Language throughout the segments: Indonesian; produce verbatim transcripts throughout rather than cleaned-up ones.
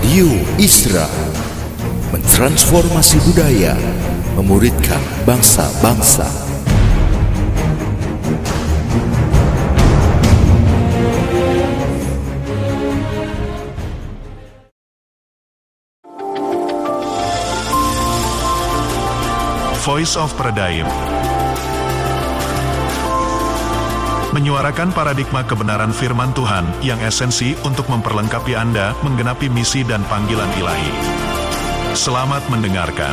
Radio Isra mentransformasi budaya, memuridkan bangsa-bangsa. Voice of Pradaim menyuarakan paradigma kebenaran firman Tuhan yang esensi untuk memperlengkapi Anda menggenapi misi dan panggilan ilahi. Selamat mendengarkan.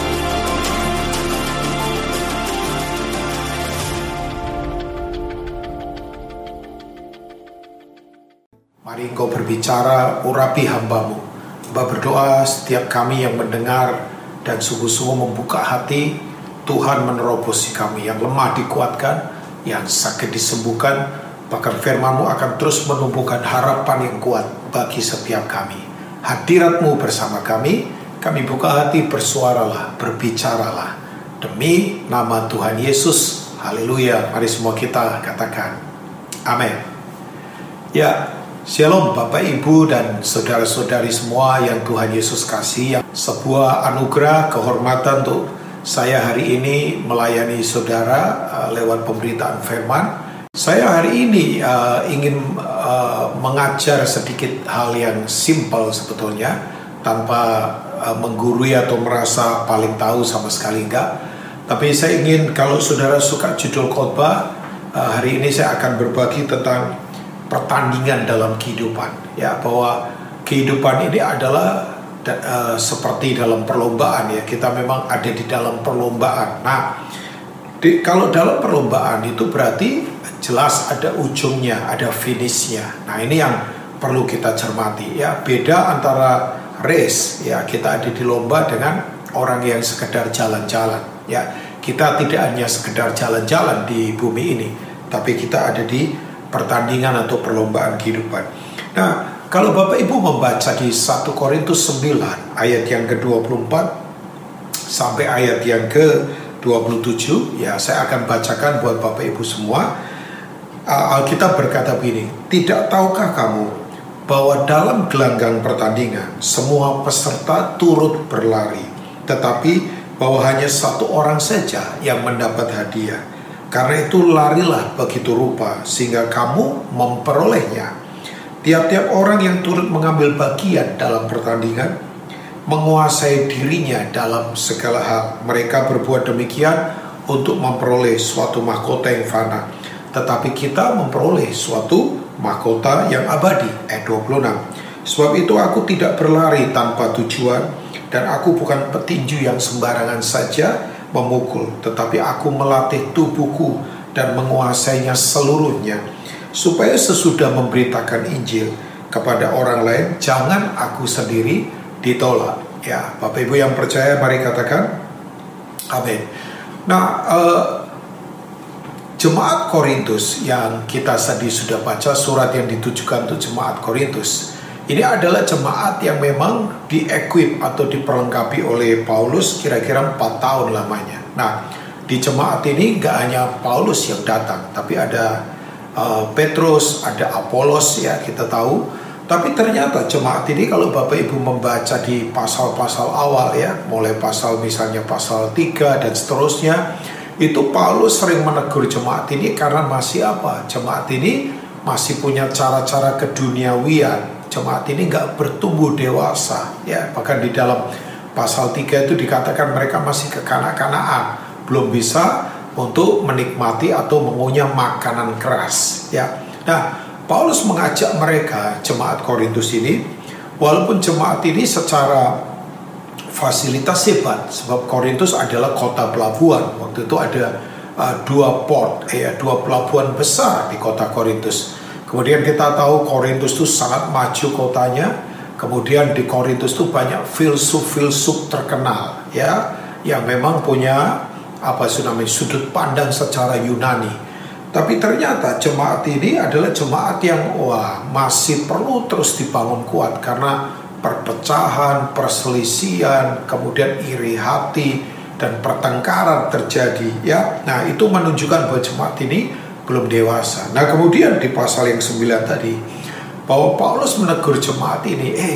Mari Engkau berbicara, urapi hamba-Mu. Hamba berdoa setiap kami yang mendengar dan sungguh-sungguh membuka hati, Tuhan menerobosi kami, yang lemah dikuatkan, yang sakit disembuhkan, bahkan firman-Mu akan terus menumbuhkan harapan yang kuat bagi setiap kami. Hadirat-Mu bersama kami, kami buka hati, bersuaralah, berbicaralah, demi nama Tuhan Yesus. Haleluya. Mari semua kita katakan amin. Ya, shalom Bapak Ibu dan saudara-saudari semua yang Tuhan Yesus kasih. Sebuah anugerah, kehormatan untuk saya hari ini melayani saudara uh, lewat pemberitaan firman. Saya hari ini uh, ingin uh, mengajar sedikit hal yang simpel sebetulnya, tanpa uh, menggurui atau merasa paling tahu, sama sekali enggak. Tapi saya ingin, kalau saudara suka judul khotbah, uh, hari ini saya akan berbagi tentang pertandingan dalam kehidupan. Ya, bahwa kehidupan ini adalah Uh, seperti dalam perlombaan, ya. Kita memang ada di dalam perlombaan. Nah, di, kalau dalam perlombaan itu berarti jelas ada ujungnya, ada finishnya. Nah, ini yang perlu kita cermati, ya. Beda antara race, ya, kita ada di lomba, dengan orang yang sekedar jalan-jalan, ya. Kita tidak hanya sekedar jalan-jalan di bumi ini, tapi kita ada di pertandingan atau perlombaan kehidupan. Nah, kalau Bapak Ibu membaca di satu Korintus sembilan ayat yang ke dua puluh empat sampai ayat yang ke dua puluh tujuh, ya, saya akan bacakan buat Bapak Ibu semua. Alkitab berkata begini, "Tidak tahukah kamu bahwa dalam gelanggang pertandingan semua peserta turut berlari, tetapi bahwa hanya satu orang saja yang mendapat hadiah. Karena itu larilah begitu rupa sehingga kamu memperolehnya. Tiap-tiap orang yang turut mengambil bagian dalam pertandingan menguasai dirinya dalam segala hal. Mereka berbuat demikian untuk memperoleh suatu mahkota yang fana, tetapi kita memperoleh suatu mahkota yang abadi." Ayat dua puluh enam. "Sebab itu aku tidak berlari tanpa tujuan, dan aku bukan petinju yang sembarangan saja memukul, tetapi aku melatih tubuhku dan menguasainya seluruhnya, supaya sesudah memberitakan Injil kepada orang lain, jangan aku sendiri ditolak." Ya, Bapak Ibu yang percaya, mari katakan amin. Nah, eh, jemaat Korintus yang kita tadi sudah baca, surat yang ditujukan untuk jemaat Korintus, ini adalah jemaat yang memang di-equip atau diperlengkapi oleh Paulus kira-kira empat tahun lamanya. Nah, di jemaat ini gak hanya Paulus yang datang, tapi ada Uh, Petrus, ada Apolos, ya, kita tahu. Tapi ternyata jemaat ini, kalau Bapak Ibu membaca di pasal-pasal awal, ya, mulai pasal misalnya pasal tiga dan seterusnya, itu Paulus sering menegur jemaat ini karena masih apa? Jemaat ini masih punya cara-cara keduniawian. Jemaat ini nggak bertumbuh dewasa, ya. Bahkan di dalam pasal tiga itu dikatakan mereka masih kekanak-kanakan, belum bisa untuk menikmati atau mengunyah makanan keras, ya. Nah, Paulus mengajak mereka, jemaat Korintus ini, walaupun jemaat ini secara fasilitas hebat, sebab Korintus adalah kota pelabuhan. Waktu itu ada uh, dua port, ya, dua pelabuhan besar di kota Korintus. Kemudian kita tahu Korintus itu sangat maju kotanya. Kemudian di Korintus itu banyak filsuf-filsuf terkenal, ya, yang memang punya apa namanya sudut pandang secara Yunani. Tapi ternyata jemaat ini adalah jemaat yang wah masih perlu terus dibangun kuat, karena perpecahan, perselisihan, kemudian iri hati dan pertengkaran terjadi, ya. Nah, itu menunjukkan bahwa jemaat ini belum dewasa. Nah, kemudian di pasal yang sembilan tadi, bahwa Paulus menegur jemaat ini, eh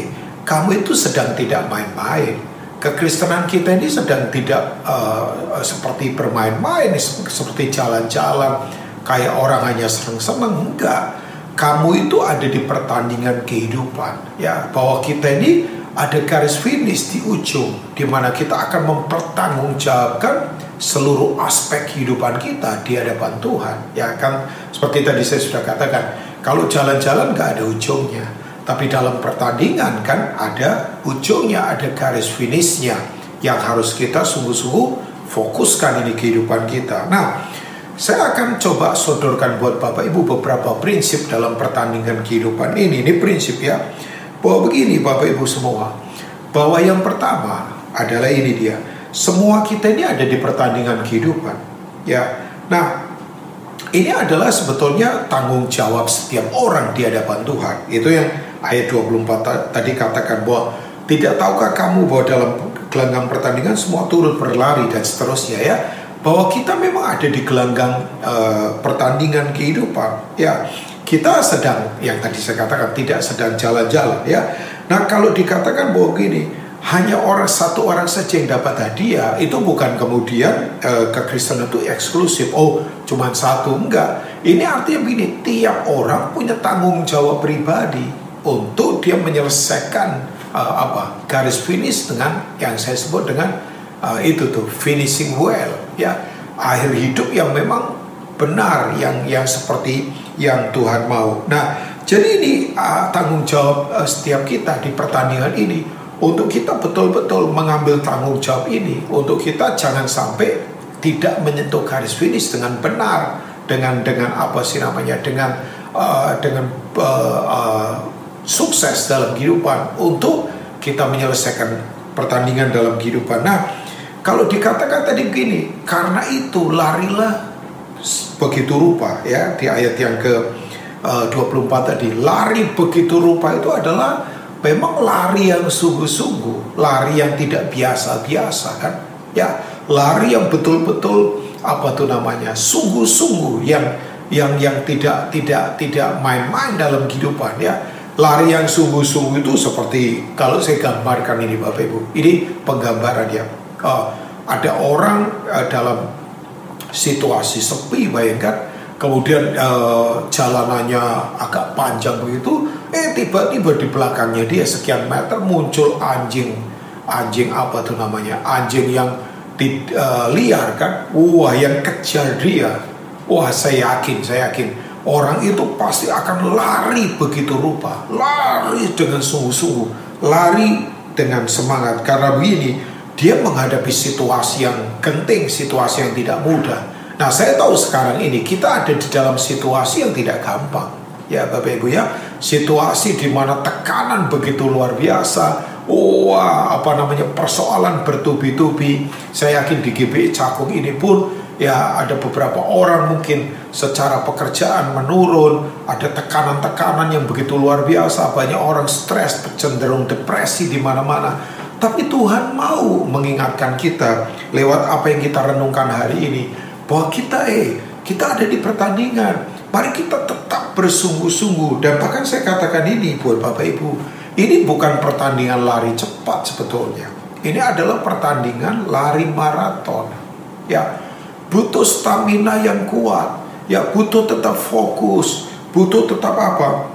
kamu itu sedang tidak main-main. Kekristenan kita ini sedang tidak uh, seperti bermain-main, seperti jalan-jalan kayak orang hanya seneng-seneng. Enggak, kamu itu ada di pertandingan kehidupan, ya, bahwa kita ini ada garis finish di ujung, di mana kita akan mempertanggungjawabkan seluruh aspek kehidupan kita di hadapan Tuhan, ya kan? Seperti tadi saya sudah katakan, kalau jalan-jalan nggak ada ujungnya. Tapi dalam pertandingan kan ada ujungnya, ada garis finishnya yang harus kita sungguh-sungguh fokuskan ini kehidupan kita. Nah, saya akan coba sodorkan buat Bapak Ibu beberapa prinsip dalam pertandingan kehidupan ini. Ini prinsip ya, bahwa begini Bapak Ibu semua, bahwa yang pertama adalah ini dia, semua kita ini ada di pertandingan kehidupan, ya. Nah, ini adalah sebetulnya tanggung jawab setiap orang di hadapan Tuhan. Itu yang ayat dua puluh empat tadi katakan, bahwa tidak tahukah kamu bahwa dalam gelanggang pertandingan semua turut berlari dan seterusnya, ya. Bahwa kita memang ada di gelanggang uh, pertandingan kehidupan, ya. Kita sedang, yang tadi saya katakan, tidak sedang jalan-jalan, ya. Nah, kalau dikatakan bahwa gini, hanya orang satu orang saja yang dapat hadiah, itu bukan kemudian uh, kekristenan itu eksklusif. Oh, cuma satu, enggak. Ini artinya begini, tiap orang punya tanggung jawab pribadi untuk dia menyelesaikan uh, apa garis finish dengan yang saya sebut dengan uh, itu tuh finishing well, ya, akhir hidup yang memang benar, yang yang seperti yang Tuhan mau. Nah, jadi ini uh, tanggung jawab uh, setiap kita di pertandingan ini, untuk kita betul-betul mengambil tanggung jawab ini, untuk kita jangan sampai tidak menyentuh garis finish dengan benar, dengan dengan apa sih namanya, dengan uh, dengan uh, uh, sukses dalam kehidupan, untuk kita menyelesaikan pertandingan dalam kehidupan. Nah, kalau dikatakan tadi begini, karena itu larilah begitu rupa, ya, di ayat yang ke uh, dua puluh empat tadi, lari begitu rupa itu adalah memang lari yang sungguh-sungguh, lari yang tidak biasa-biasa, kan, ya, lari yang betul-betul apa tuh namanya, sungguh-sungguh, yang yang yang tidak tidak tidak main-main dalam kehidupan, ya. Lari yang sungguh-sungguh itu seperti, kalau saya gambarkan ini Bapak Ibu, ini penggambaran ya. Uh, ada orang uh, dalam situasi sepi, bayangkan, kemudian uh, jalanannya agak panjang begitu, eh tiba-tiba di belakangnya dia sekian meter muncul anjing, anjing apa tuh namanya, anjing yang di, uh, liar, kan, wah, yang kejar dia. Wah, saya yakin, saya yakin orang itu pasti akan lari begitu rupa, lari dengan sungguh-sungguh, lari dengan semangat, karena begini, dia menghadapi situasi yang genting, situasi yang tidak mudah. Nah, saya tahu sekarang ini kita ada di dalam situasi yang tidak gampang, ya Bapak Ibu, ya, situasi di mana tekanan begitu luar biasa. Wah, apa namanya, persoalan bertubi-tubi. Saya yakin di G B I Cakung ini pun, ya, ada beberapa orang mungkin secara pekerjaan menurun, ada tekanan-tekanan yang begitu luar biasa, banyak orang stres, cenderung depresi di mana-mana. Tapi Tuhan mau mengingatkan kita lewat apa yang kita renungkan hari ini, bahwa kita eh kita ada di pertandingan. Mari kita tetap bersungguh-sungguh. Dan bahkan saya katakan ini buat Bapak Ibu, ini bukan pertandingan lari cepat sebetulnya. Ini adalah pertandingan lari maraton, ya. Butuh stamina yang kuat, ya, butuh tetap fokus, butuh tetap apa,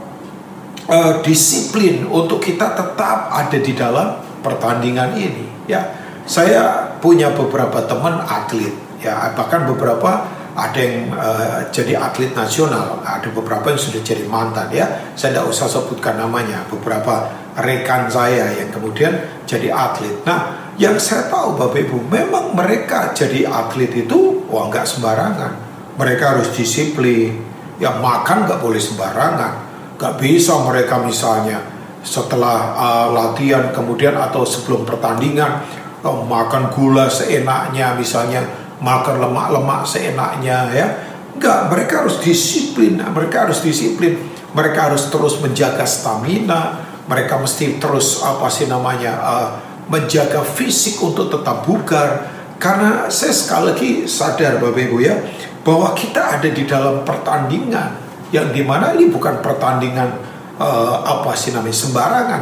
uh, disiplin untuk kita tetap ada di dalam pertandingan ini, ya. Saya punya beberapa teman atlet, ya, bahkan beberapa ada yang uh, jadi atlet nasional, ada beberapa yang sudah jadi mantan, ya. Saya tidak usah sebutkan namanya, beberapa rekan saya yang kemudian jadi atlet. Nah, yang saya tahu Bapak Ibu, memang mereka jadi atlet itu, wah, nggak sembarangan. Mereka harus disiplin, ya, makan nggak boleh sembarangan. Nggak bisa mereka misalnya setelah uh, latihan kemudian atau sebelum pertandingan uh, makan gula seenaknya, misalnya makan lemak-lemak seenaknya, ya. Nggak, mereka harus disiplin, mereka harus disiplin. Mereka harus terus menjaga stamina, mereka mesti terus apa sih namanya, uh, menjaga fisik untuk tetap bugar. Karena saya sekali lagi sadar Bapak Ibu, ya, bahwa kita ada di dalam pertandingan yang dimana ini bukan pertandingan uh, apa sih namanya sembarangan.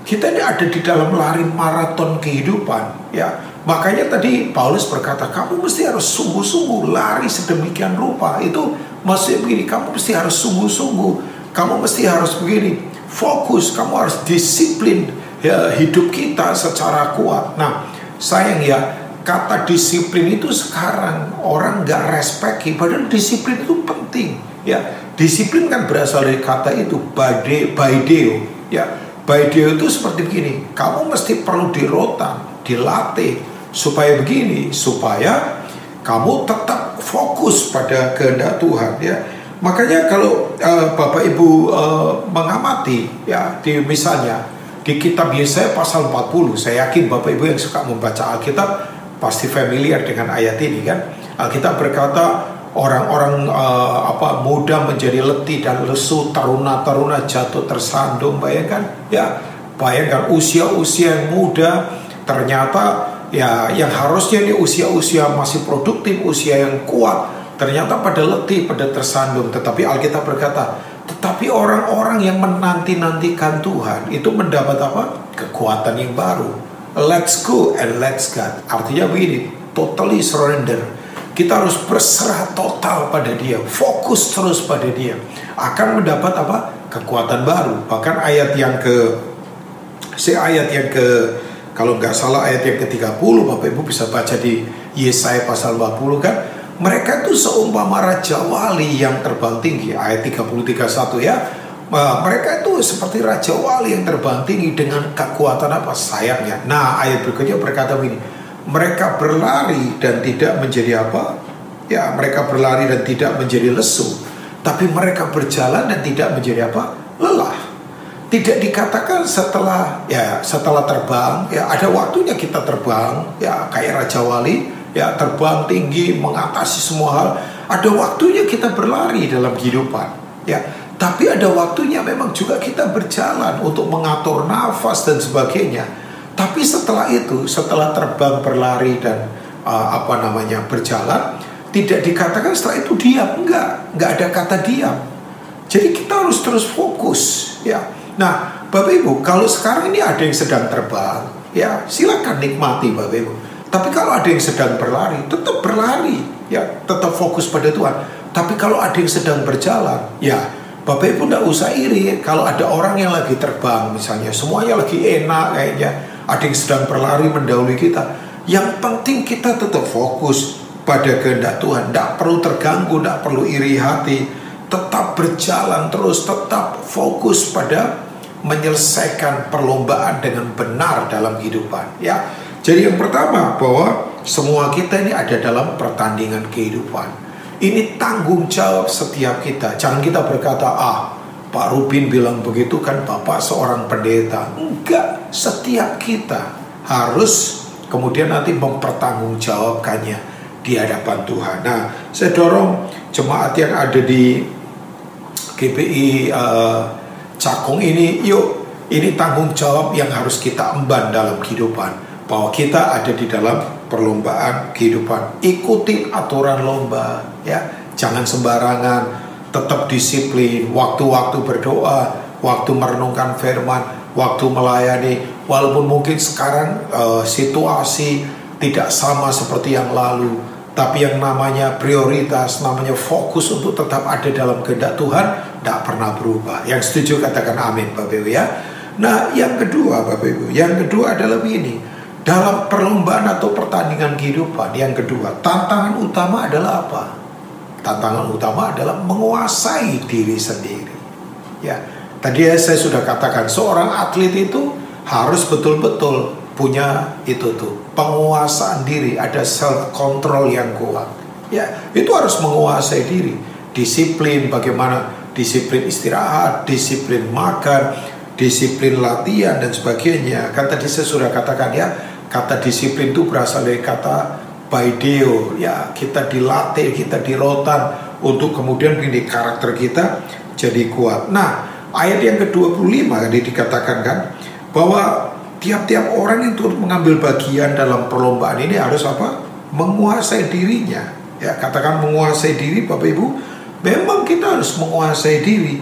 Kita ini ada di dalam lari maraton kehidupan, ya. Makanya tadi Paulus berkata, kamu mesti harus sungguh-sungguh lari sedemikian rupa. Itu maksudnya begini, kamu mesti harus sungguh-sungguh, kamu mesti harus begini, fokus, kamu harus disiplin ya, hidup kita secara kuat. Nah, sayang ya, kata disiplin itu sekarang orang gak respect, padahal disiplin itu penting. Ya, disiplin kan berasal dari kata itu, bade, baideo. Ya, baideo itu seperti begini, kamu mesti perlu dirotan, dilatih, supaya begini, supaya kamu tetap fokus pada kehendak Tuhan, ya. Makanya kalau uh, Bapak Ibu uh, mengamati, ya, di misalnya di kitab Yesaya pasal empat puluh, saya yakin Bapak Ibu yang suka membaca Alkitab pasti familiar dengan ayat ini, kan. Alkitab berkata orang-orang uh, apa muda menjadi letih dan lesu, taruna-taruna jatuh tersandung. Bayangkan, ya, bayangkan usia-usia yang muda ternyata ya yang harusnya ini usia-usia masih produktif, usia yang kuat, ternyata pada letih, pada tersandung. Tetapi Alkitab berkata, tetapi orang-orang yang menanti-nantikan Tuhan itu mendapat apa? Kekuatan yang baru. Let's go and let's God. Artinya begini, totally surrender. Kita harus berserah total pada Dia, fokus terus pada Dia, akan mendapat apa? Kekuatan baru. Bahkan ayat yang ke si ayat yang ke kalau nggak salah ayat yang ke tiga puluh, Bapak Ibu bisa baca di Yesaya pasal empat puluh, kan. Mereka itu seumpama raja wali yang terbang tinggi. Ayat tiga puluh tiga puluh satu, ya. Mereka itu seperti raja wali yang terbang tinggi dengan kekuatan apa? Sayapnya. Nah, ayat berikutnya berkata begini, mereka berlari dan tidak menjadi apa? Ya, mereka berlari dan tidak menjadi lesu, tapi mereka berjalan dan tidak menjadi apa? Lelah. Tidak dikatakan setelah ya setelah terbang, ya ada waktunya kita terbang, ya kayak raja wali, ya terbang tinggi mengatasi semua hal. Ada waktunya kita berlari dalam kehidupan, ya. Tapi ada waktunya memang juga kita berjalan untuk mengatur nafas dan sebagainya. Tapi setelah itu, setelah terbang, berlari dan uh, apa namanya berjalan, tidak dikatakan setelah itu diam, enggak, enggak ada kata diam. Jadi kita harus terus fokus, ya. Nah, Bapak Ibu, kalau sekarang ini ada yang sedang terbang, ya silakan nikmati Bapak Ibu. Tapi kalau ada yang sedang berlari, tetap berlari, ya tetap fokus pada Tuhan. Tapi kalau ada yang sedang berjalan, ya Bapak Ibu tidak usah iri. Kalau ada orang yang lagi terbang misalnya, semuanya lagi enak kayaknya, ada yang sedang berlari mendahului kita. Yang penting kita tetap fokus pada kehendak Tuhan, tidak perlu terganggu, tidak perlu iri hati, tetap berjalan terus, tetap fokus pada menyelesaikan perlombaan dengan benar dalam kehidupan, ya. Jadi yang pertama, bahwa semua kita ini ada dalam pertandingan kehidupan. Ini tanggung jawab setiap kita. Jangan kita berkata, ah Pak Rubin bilang begitu kan Bapak seorang pendeta. Enggak, setiap kita harus kemudian nanti mempertanggungjawabkannya di hadapan Tuhan. Nah, saya dorong jemaat yang ada di G P I uh, Cakung ini, yuk, ini tanggung jawab yang harus kita emban dalam kehidupan, bahwa kita ada di dalam perlombaan kehidupan. Ikuti aturan lomba, ya, jangan sembarangan, tetap disiplin, waktu-waktu berdoa, waktu merenungkan firman, waktu melayani. Walaupun mungkin sekarang uh, situasi tidak sama seperti yang lalu, tapi yang namanya prioritas, namanya fokus untuk tetap ada dalam kehendak Tuhan tidak pernah berubah. Yang setuju katakan amin Bapak Ibu, ya. Nah, yang kedua Bapak Ibu, yang kedua adalah begini, dalam perlombaan atau pertandingan kehidupan, yang kedua, tantangan utama adalah apa? Tantangan utama adalah menguasai diri sendiri, ya. Tadi saya sudah katakan, seorang atlet itu harus betul-betul punya itu tuh penguasaan diri, ada self control yang kuat, ya. Itu harus menguasai diri, disiplin, bagaimana disiplin istirahat, disiplin makan, disiplin latihan dan sebagainya. Kan tadi saya sudah katakan, ya, kata disiplin itu berasal dari kata baideo, ya, kita dilatih, kita dirotan untuk kemudian ini karakter kita jadi kuat. Nah, ayat yang ke dua puluh lima tadi dikatakan kan bahwa tiap-tiap orang yang turut mengambil bagian dalam perlombaan ini harus apa? Menguasai dirinya. Ya, katakan menguasai diri Bapak Ibu. Memang kita harus menguasai diri.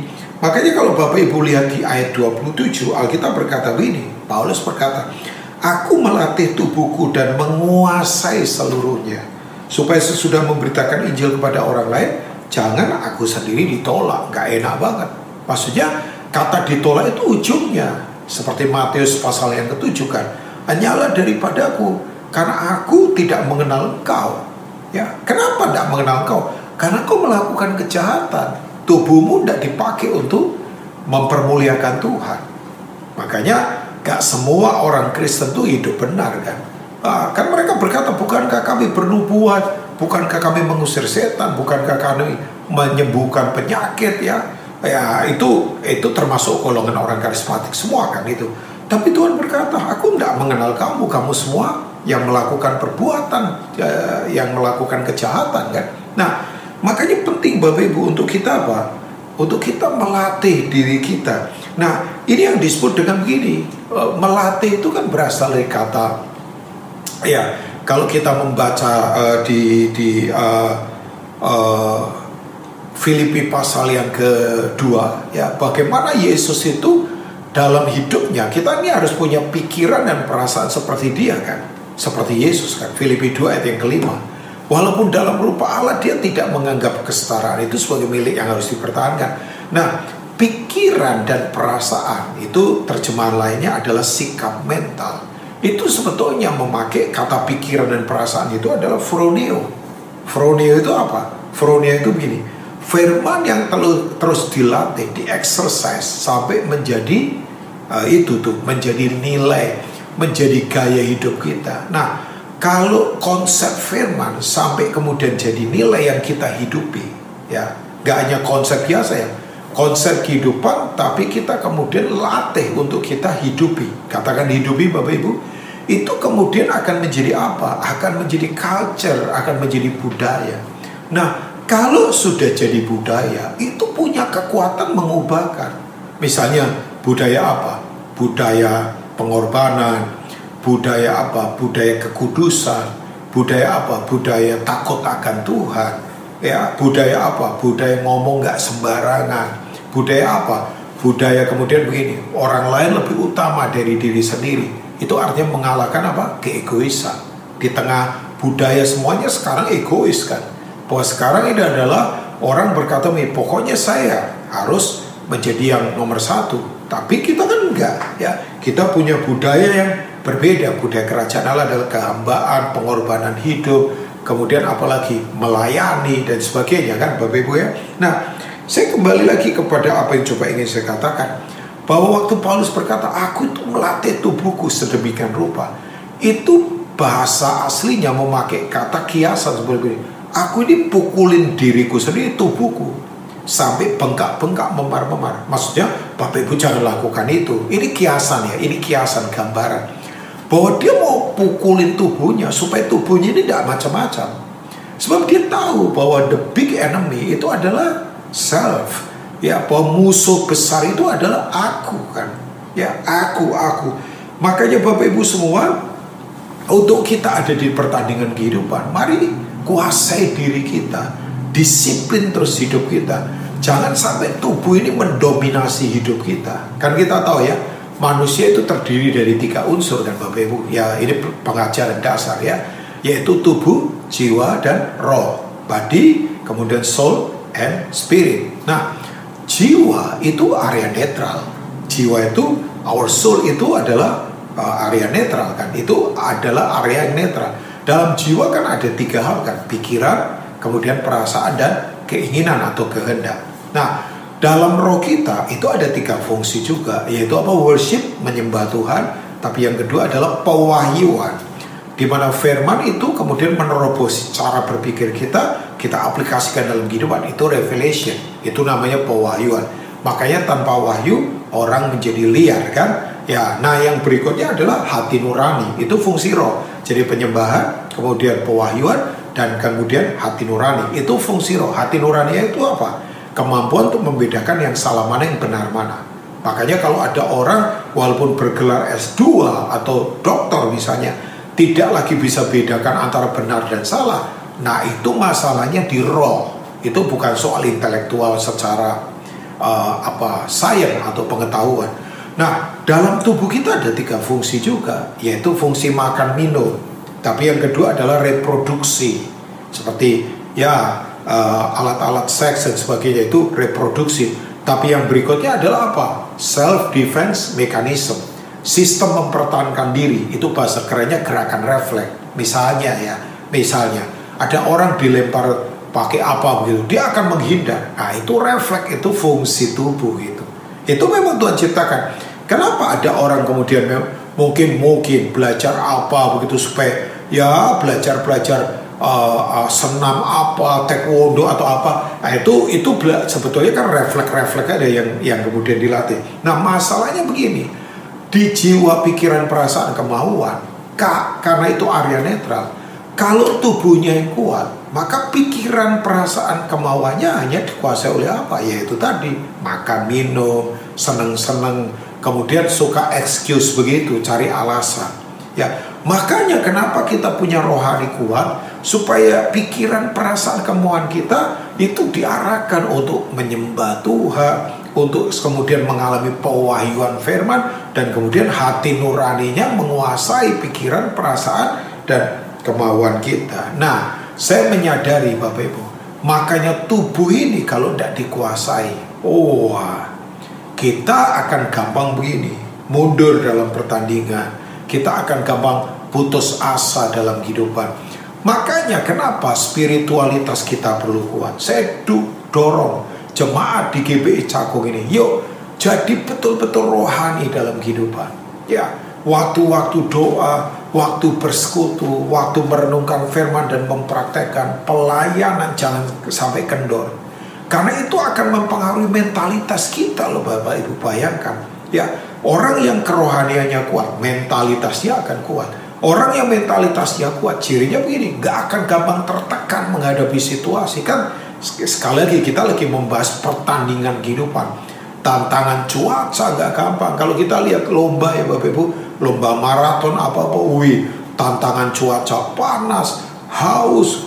Makanya kalau Bapak Ibu lihat di ayat dua puluh tujuh, Alkitab berkata begini, Paulus berkata, aku melatih tubuhku dan menguasai seluruhnya, supaya sesudah memberitakan Injil kepada orang lain, jangan aku sendiri ditolak. Gak enak banget. Maksudnya kata ditolak itu ujungnya seperti Matius pasal yang ketujuh kan, hanyalah daripadaku, karena aku tidak mengenal engkau. Ya, kenapa tidak mengenal engkau? Karena kau melakukan kejahatan. Tubuhmu tidak dipakai untuk mempermuliakan Tuhan. Makanya gak semua orang Kristen itu hidup benar kan. Ah, kan mereka berkata, bukankah kami bernubuat, bukankah kami mengusir setan, bukankah kami menyembuhkan penyakit ya. Ya itu itu termasuk golongan orang karismatik semua kan itu. Tapi Tuhan berkata, aku tidak mengenal kamu, kamu semua yang melakukan perbuatan, ya, yang melakukan kejahatan kan. Nah, makanya penting Bapak Ibu untuk kita apa? Untuk kita melatih diri kita. Nah, ini yang disebut dengan begini, melatih itu kan berasal dari kata, ya kalau kita membaca uh, di di uh, uh, Filipi pasal yang kedua, ya bagaimana Yesus itu dalam hidupnya, kita ini harus punya pikiran dan perasaan seperti dia kan, seperti Yesus kan. Filipi dua ayat yang kelima. Walaupun dalam rupa Allah, dia tidak menganggap kesetaraan itu sebagai milik yang harus dipertahankan. Nah, pikiran dan perasaan itu terjemahan lainnya adalah sikap mental. Itu sebetulnya memakai kata pikiran dan perasaan itu adalah phroneo. Phroneo itu apa? Phroneo itu begini, firman yang terus, terus dilatih, di-exercise sampai menjadi uh, itu tuh, menjadi nilai, menjadi gaya hidup kita. Nah, kalau konsep firman sampai kemudian jadi nilai yang kita hidupi, ya, gak hanya konsep biasa ya, konsep kehidupan, tapi kita kemudian latih untuk kita hidupi. Katakan hidupi Bapak Ibu, itu kemudian akan menjadi apa? Akan menjadi culture, akan menjadi budaya. Nah, kalau sudah jadi budaya, itu punya kekuatan mengubahkan. Misalnya budaya apa? Budaya pengorbanan, budaya apa? Budaya kekudusan, budaya apa? Budaya takut akan Tuhan, ya. Budaya apa? Budaya ngomong gak sembarangan. Budaya apa? Budaya kemudian begini, orang lain lebih utama dari diri sendiri. Itu artinya mengalahkan apa? Keegoisan. Di tengah budaya semuanya sekarang egois kan. Bahwa sekarang ini adalah orang berkata, pokoknya saya harus menjadi yang nomor satu. Tapi kita kan enggak, ya. Kita punya budaya yang berbeda. Budaya kerajaan Allah adalah kehambaan, pengorbanan hidup, kemudian apalagi melayani dan sebagainya kan Bapak Ibu ya. Nah, saya kembali lagi kepada apa yang coba ingin saya katakan, bahwa waktu Paulus berkata, aku itu melatih tubuhku sedemikian rupa, itu bahasa aslinya memakai kata kiasan seperti ini. Aku ini pukulin diriku sendiri, tubuhku, sampai bengkak-bengkak, memar-memar. Maksudnya Bapak Ibu jangan lakukan itu. Ini kiasan ya, ini kiasan gambaran bahwa dia mau pukulin tubuhnya supaya tubuhnya ini tidak macam-macam. Sebab dia tahu bahwa the big enemy itu adalah self. Ya, bahwa musuh besar itu adalah aku kan. Ya, aku, aku. Makanya Bapak Ibu semua, untuk kita ada di pertandingan kehidupan, mari kuasai diri kita, disiplin terus hidup kita. Jangan sampai tubuh ini mendominasi hidup kita. Kan kita tahu ya, manusia itu terdiri dari tiga unsur kan Bapak Ibu. Ya, ini pengajaran dasar ya, yaitu tubuh, jiwa, dan roh. Body, kemudian soul, and spirit. Nah, jiwa itu area netral. Jiwa itu, our soul itu adalah uh, area netral kan. Itu adalah area yang netral. Dalam jiwa kan ada tiga hal kan, pikiran, kemudian perasaan, dan keinginan atau kehendak. Nah, dalam roh kita itu ada tiga fungsi juga, yaitu apa? Worship, menyembah Tuhan. Tapi yang kedua adalah pewahyuan, di mana firman itu kemudian menerobos cara berpikir kita, kita aplikasikan dalam kehidupan. Itu revelation, itu namanya pewahyuan. Makanya tanpa wahyu orang menjadi liar kan. Ya, nah yang berikutnya adalah hati nurani, itu fungsi roh. Jadi penyembahan, kemudian pewahyuan, dan kemudian hati nurani, itu fungsi roh. Hati nurani itu apa? Kemampuan untuk membedakan yang salah mana, yang benar mana. Makanya kalau ada orang walaupun bergelar S dua atau doktor misalnya, tidak lagi bisa bedakan antara benar dan salah, nah itu masalahnya di roh. Itu bukan soal intelektual secara uh, apa sains atau pengetahuan. Nah, dalam tubuh kita ada tiga fungsi juga, yaitu fungsi makan minum. Tapi yang kedua adalah reproduksi, seperti ya uh, alat-alat seks dan sebagainya, itu reproduksi. Tapi yang berikutnya adalah apa? Self defense mechanism, sistem mempertahankan diri. Itu bahasa kerennya gerakan refleks. Misalnya ya, misalnya ada orang dilempar pakai apa begitu, dia akan menghindar. Nah, itu refleks, itu fungsi tubuh itu. Itu memang Tuhan ciptakan. Kenapa ada orang kemudian mungkin mungkin belajar apa begitu supaya ya belajar-belajar uh, uh, senam apa, taekwondo atau apa. Nah, itu itu bela- sebetulnya kan refleks-refleks ada yang yang kemudian dilatih. Nah, masalahnya begini. Di jiwa, pikiran, perasaan, kemauan, Kak, karena itu area netral. Kalau tubuhnya yang kuat, maka pikiran, perasaan, kemauannya hanya dikuasai oleh apa? Yaitu tadi, makan, minum, seneng-seneng, kemudian suka excuse begitu, cari alasan. Ya, makanya kenapa kita punya rohani kuat, supaya pikiran, perasaan, kemauan kita itu diarahkan untuk menyembah Tuhan, untuk kemudian mengalami pewahyuan firman, dan kemudian hati nuraninya menguasai pikiran, perasaan, dan kemauan kita. Nah, saya menyadari Bapak Ibu, makanya tubuh ini kalau tidak dikuasai, oh, kita akan gampang begini, mundur dalam pertandingan, kita akan gampang putus asa dalam kehidupan. Makanya kenapa spiritualitas kita perlu kuat. Saya dorong jemaat di G B I Cakung ini, yuk jadi betul-betul rohani dalam kehidupan. Ya, waktu-waktu doa, waktu bersekutu, waktu merenungkan firman dan mempraktekkan pelayanan, jangan sampai kendor. Karena itu akan mempengaruhi mentalitas kita loh Bapak Ibu. Bayangkan ya, orang yang kerohaniannya kuat, mentalitasnya akan kuat. Orang yang mentalitasnya kuat, cirinya begini, gak akan gampang tertekan menghadapi situasi. Kan sekali lagi kita lagi membahas pertandingan kehidupan. Tantangan cuaca gak gampang. Kalau kita lihat lomba ya Bapak Ibu, lomba maraton apa-apa, wih, tantangan cuaca panas, haus,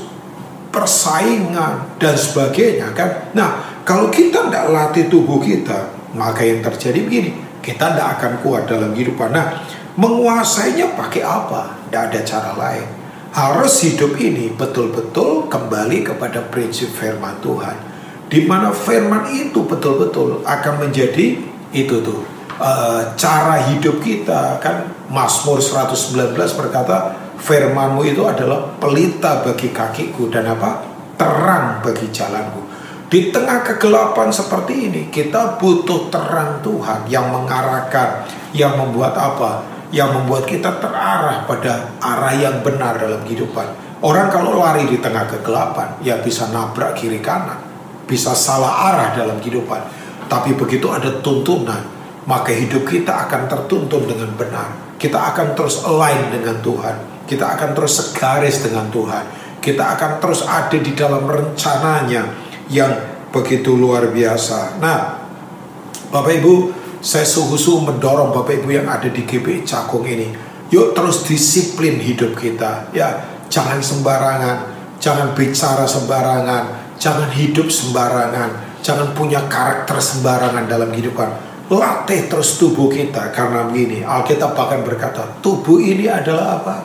persaingan, dan sebagainya kan. Nah, kalau kita tidak latih tubuh kita, maka yang terjadi begini, kita tidak akan kuat dalam kehidupan. Nah, menguasainya pakai apa? Tidak ada cara lain. Harus hidup ini betul-betul kembali kepada prinsip firman Tuhan, di mana firman itu betul-betul akan menjadi itu tuh uh, cara hidup kita. Kan Mazmur seratus sembilan belas berkata, firman-Mu itu adalah pelita bagi kakiku dan apa? Terang bagi jalanku. Di tengah kegelapan seperti ini, kita butuh terang Tuhan yang mengarahkan, yang membuat apa? Yang membuat kita terarah pada arah yang benar dalam kehidupan. Orang kalau lari di tengah kegelapan, ya bisa nabrak kiri kanan, bisa salah arah dalam kehidupan. Tapi begitu ada tuntunan, maka hidup kita akan tertuntun dengan benar. Kita akan terus align dengan Tuhan. Kita akan terus segaris dengan Tuhan. Kita akan terus ada di dalam rencananya yang begitu luar biasa. Nah, Bapak Ibu, saya sungguh-sungguh mendorong Bapak Ibu yang ada di G B I Cakung ini, yuk terus disiplin hidup kita. Ya, jangan sembarangan, jangan bicara sembarangan, jangan hidup sembarangan, jangan punya karakter sembarangan dalam kehidupan. Latih terus tubuh kita, karena begini, Alkitab bahkan berkata, tubuh ini adalah apa?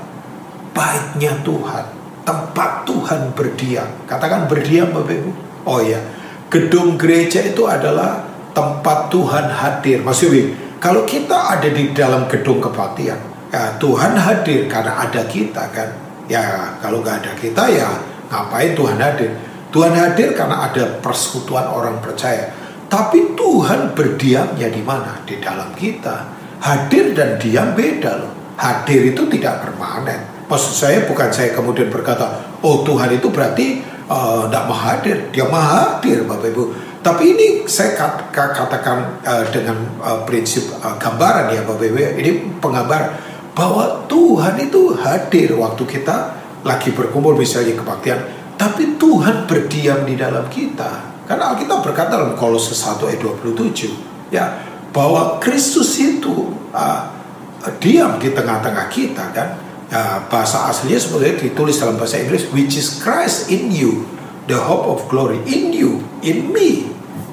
Baitnya Tuhan, tempat Tuhan berdiam. Katakan berdiam Bapak Ibu. Oh ya, gedung gereja itu adalah tempat Tuhan hadir. Maksudnya, kalau kita ada di dalam gedung kebaktian, ya Tuhan hadir karena ada kita kan. Ya, kalau nggak ada kita ya ngapain Tuhan hadir? Tuhan hadir karena ada persekutuan orang percaya. Tapi Tuhan berdiamnya di mana? Di dalam kita. Hadir dan diam beda loh. Hadir itu tidak permanen. Maksud saya bukan saya kemudian berkata, oh Tuhan itu berarti uh, tidak maha hadir. Dia maha hadir Bapak Ibu. Tapi ini saya katakan uh, dengan uh, prinsip uh, gambaran ya Bapak Ibu. Ini penggambaran bahwa Tuhan itu hadir waktu kita lagi berkumpul misalnya kebaktian. Tapi Tuhan berdiam di dalam kita. Karena Alkitab berkata dalam Kolose satu ayat dua puluh tujuh ya, bahwa Kristus itu uh, diam di tengah-tengah kita kan. Ya, bahasa aslinya sebenarnya ditulis dalam bahasa Inggris, which is Christ in you, the hope of glory. In you, in me. Ya,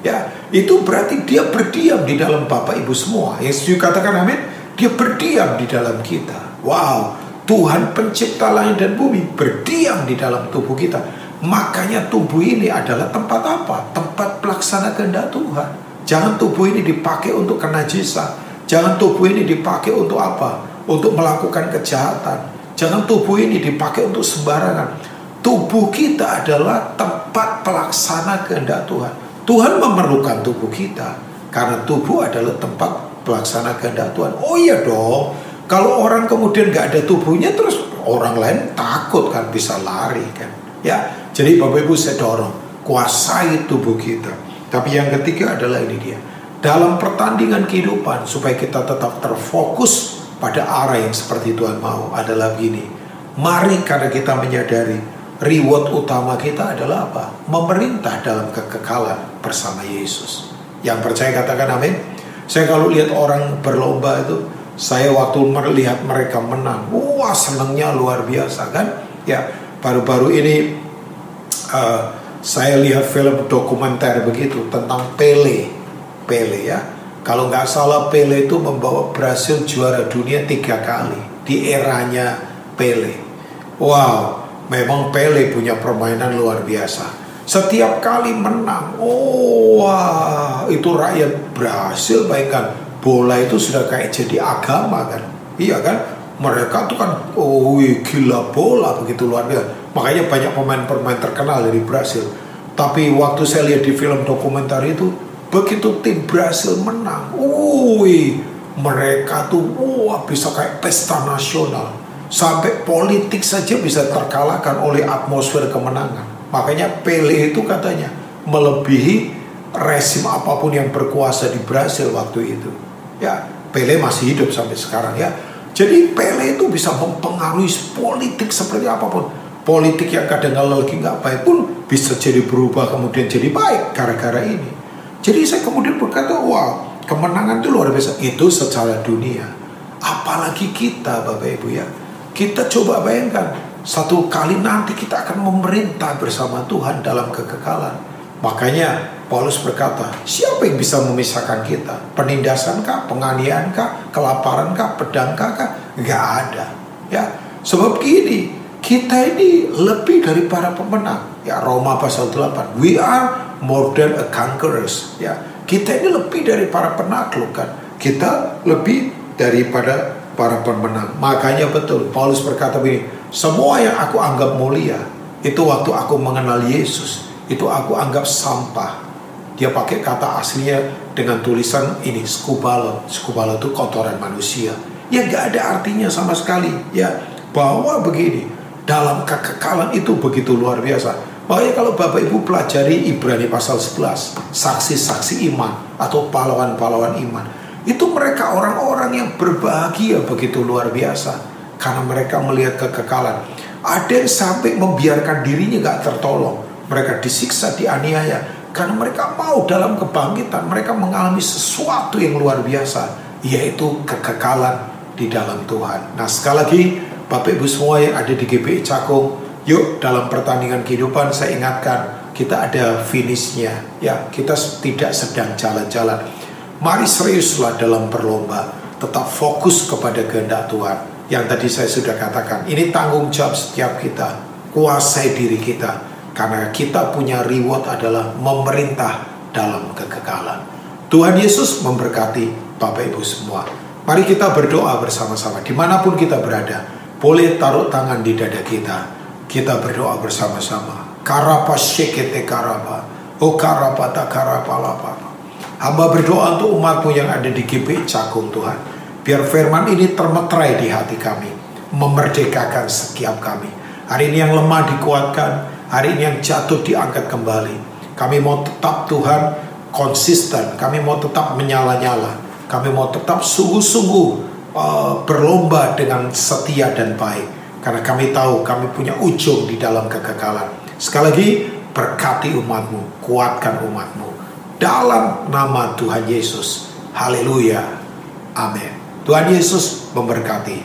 itu berarti dia berdiam di dalam Bapak Ibu semua. Yang setuju katakan amin. Dia berdiam di dalam kita. Wow, Tuhan pencipta langit dan bumi berdiam di dalam tubuh kita. Makanya tubuh ini adalah tempat apa? Tempat pelaksana kehendak Tuhan. Jangan tubuh ini dipakai untuk kenajisan. Jangan tubuh ini dipakai untuk apa? Untuk melakukan kejahatan. Jangan tubuh ini dipakai untuk sembarangan. Tubuh kita adalah tempat pelaksana kehendak Tuhan. Tuhan memerlukan tubuh kita karena tubuh adalah tempat pelaksana kehendak Tuhan. Oh iya dong, kalau orang kemudian gak ada tubuhnya, terus orang lain takut kan, bisa lari kan. Ya, jadi Bapak Ibu saya dorong, kuasai tubuh kita. Tapi yang ketiga adalah ini dia, dalam pertandingan kehidupan supaya kita tetap terfokus pada arah yang seperti Tuhan mau adalah begini. Mari karena kita menyadari reward utama kita adalah apa? Memerintah dalam kekekalan bersama Yesus. Yang percaya katakan amin. Saya kalau lihat orang berlomba itu, saya waktu melihat mereka menang, wah senangnya luar biasa kan. Ya, baru-baru ini uh, saya lihat film dokumenter begitu tentang Pele. Pele ya. Kalau nggak salah Pele itu membawa Brasil juara dunia tiga kali di eranya Pele. Wow. Memang Pele punya permainan luar biasa. Setiap kali menang, oh wah, itu rakyat Brasil, bayangkan, bola itu sudah kayak jadi agama kan. Iya kan? Mereka tuh kan, oh gila bola, begitu luar biasa. Makanya banyak pemain-pemain terkenal dari Brasil. Tapi waktu saya lihat di film dokumenter itu, begitu tim Brasil menang, wih, mereka tuh wah bisa kayak pesta nasional. Sampai politik saja bisa terkalahkan oleh atmosfer kemenangan. Makanya Pele itu katanya melebihi rezim apapun yang berkuasa di Brasil waktu itu. Ya, Pele masih hidup sampai sekarang ya. Jadi Pele itu bisa mempengaruhi politik seperti apapun. Politik yang kadang lagi nggak baik pun bisa jadi berubah kemudian jadi baik gara-gara ini. Jadi saya kemudian berkata, wow, kemenangan itu luar biasa. Itu secara dunia. Apalagi kita Bapak Ibu ya. Kita coba bayangkan, satu kali nanti kita akan memerintah bersama Tuhan dalam kekekalan. Makanya Paulus berkata, siapa yang bisa memisahkan kita? Penindasankah, penganiayaankah, kelaparankah, pedangkah? Gak ada. Ya, sebab gini, kita ini lebih dari para pemenang. Ya, Roma pasal delapan. We are more than a conquerors. Ya, kita ini lebih dari para penakluk kan. Kita lebih daripada para pemenang. Makanya betul Paulus berkata begini, semua yang aku anggap mulia itu waktu aku mengenal Yesus, itu aku anggap sampah. Dia pakai kata aslinya dengan tulisan ini, skubalo. Skubalo itu kotoran manusia. Ya gak ada artinya sama sekali. Ya, bahwa begini, dalam kekekalan itu begitu luar biasa. Makanya kalau Bapak Ibu pelajari Ibrani pasal sebelas, saksi-saksi iman atau pahlawan-pahlawan iman, itu mereka orang-orang yang berbahagia begitu luar biasa. Karena mereka melihat kekekalan. Ada yang sampai membiarkan dirinya gak tertolong. Mereka disiksa, dianiaya. Karena mereka mau dalam kebangkitan. Mereka mengalami sesuatu yang luar biasa. Yaitu kekekalan di dalam Tuhan. Nah sekali lagi, Bapak Ibu semua yang ada di G B I Cakung, yuk dalam pertandingan kehidupan saya ingatkan, kita ada finishnya. Ya, kita tidak sedang jalan-jalan. Mari seriuslah dalam berlomba, tetap fokus kepada kehendak Tuhan. Yang tadi saya sudah katakan, ini tanggung jawab setiap kita, kuasai diri kita. Karena kita punya reward adalah memerintah dalam kekekalan. Tuhan Yesus memberkati Bapak Ibu semua. Mari kita berdoa bersama-sama, dimanapun kita berada. Boleh taruh tangan di dada kita, kita berdoa bersama-sama. Karapa shekete karapa, o karapata karapalapa. Hamba berdoa untuk umatmu yang ada di G B I Cakung Tuhan. Biar firman ini termeterai di hati kami, memerdekakan setiap kami. Hari ini yang lemah dikuatkan, hari ini yang jatuh diangkat kembali. Kami mau tetap Tuhan konsisten, kami mau tetap menyala-nyala, kami mau tetap sungguh-sungguh uh, berlomba dengan setia dan baik. Karena kami tahu kami punya ujung di dalam kekekalan. Sekali lagi, berkati umatmu, kuatkan umatmu. Dalam nama Tuhan Yesus. Haleluya. Amin. Tuhan Yesus memberkati.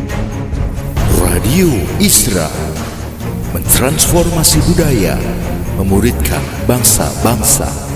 Radio Isra, mentransformasi budaya, memuridkan bangsa-bangsa.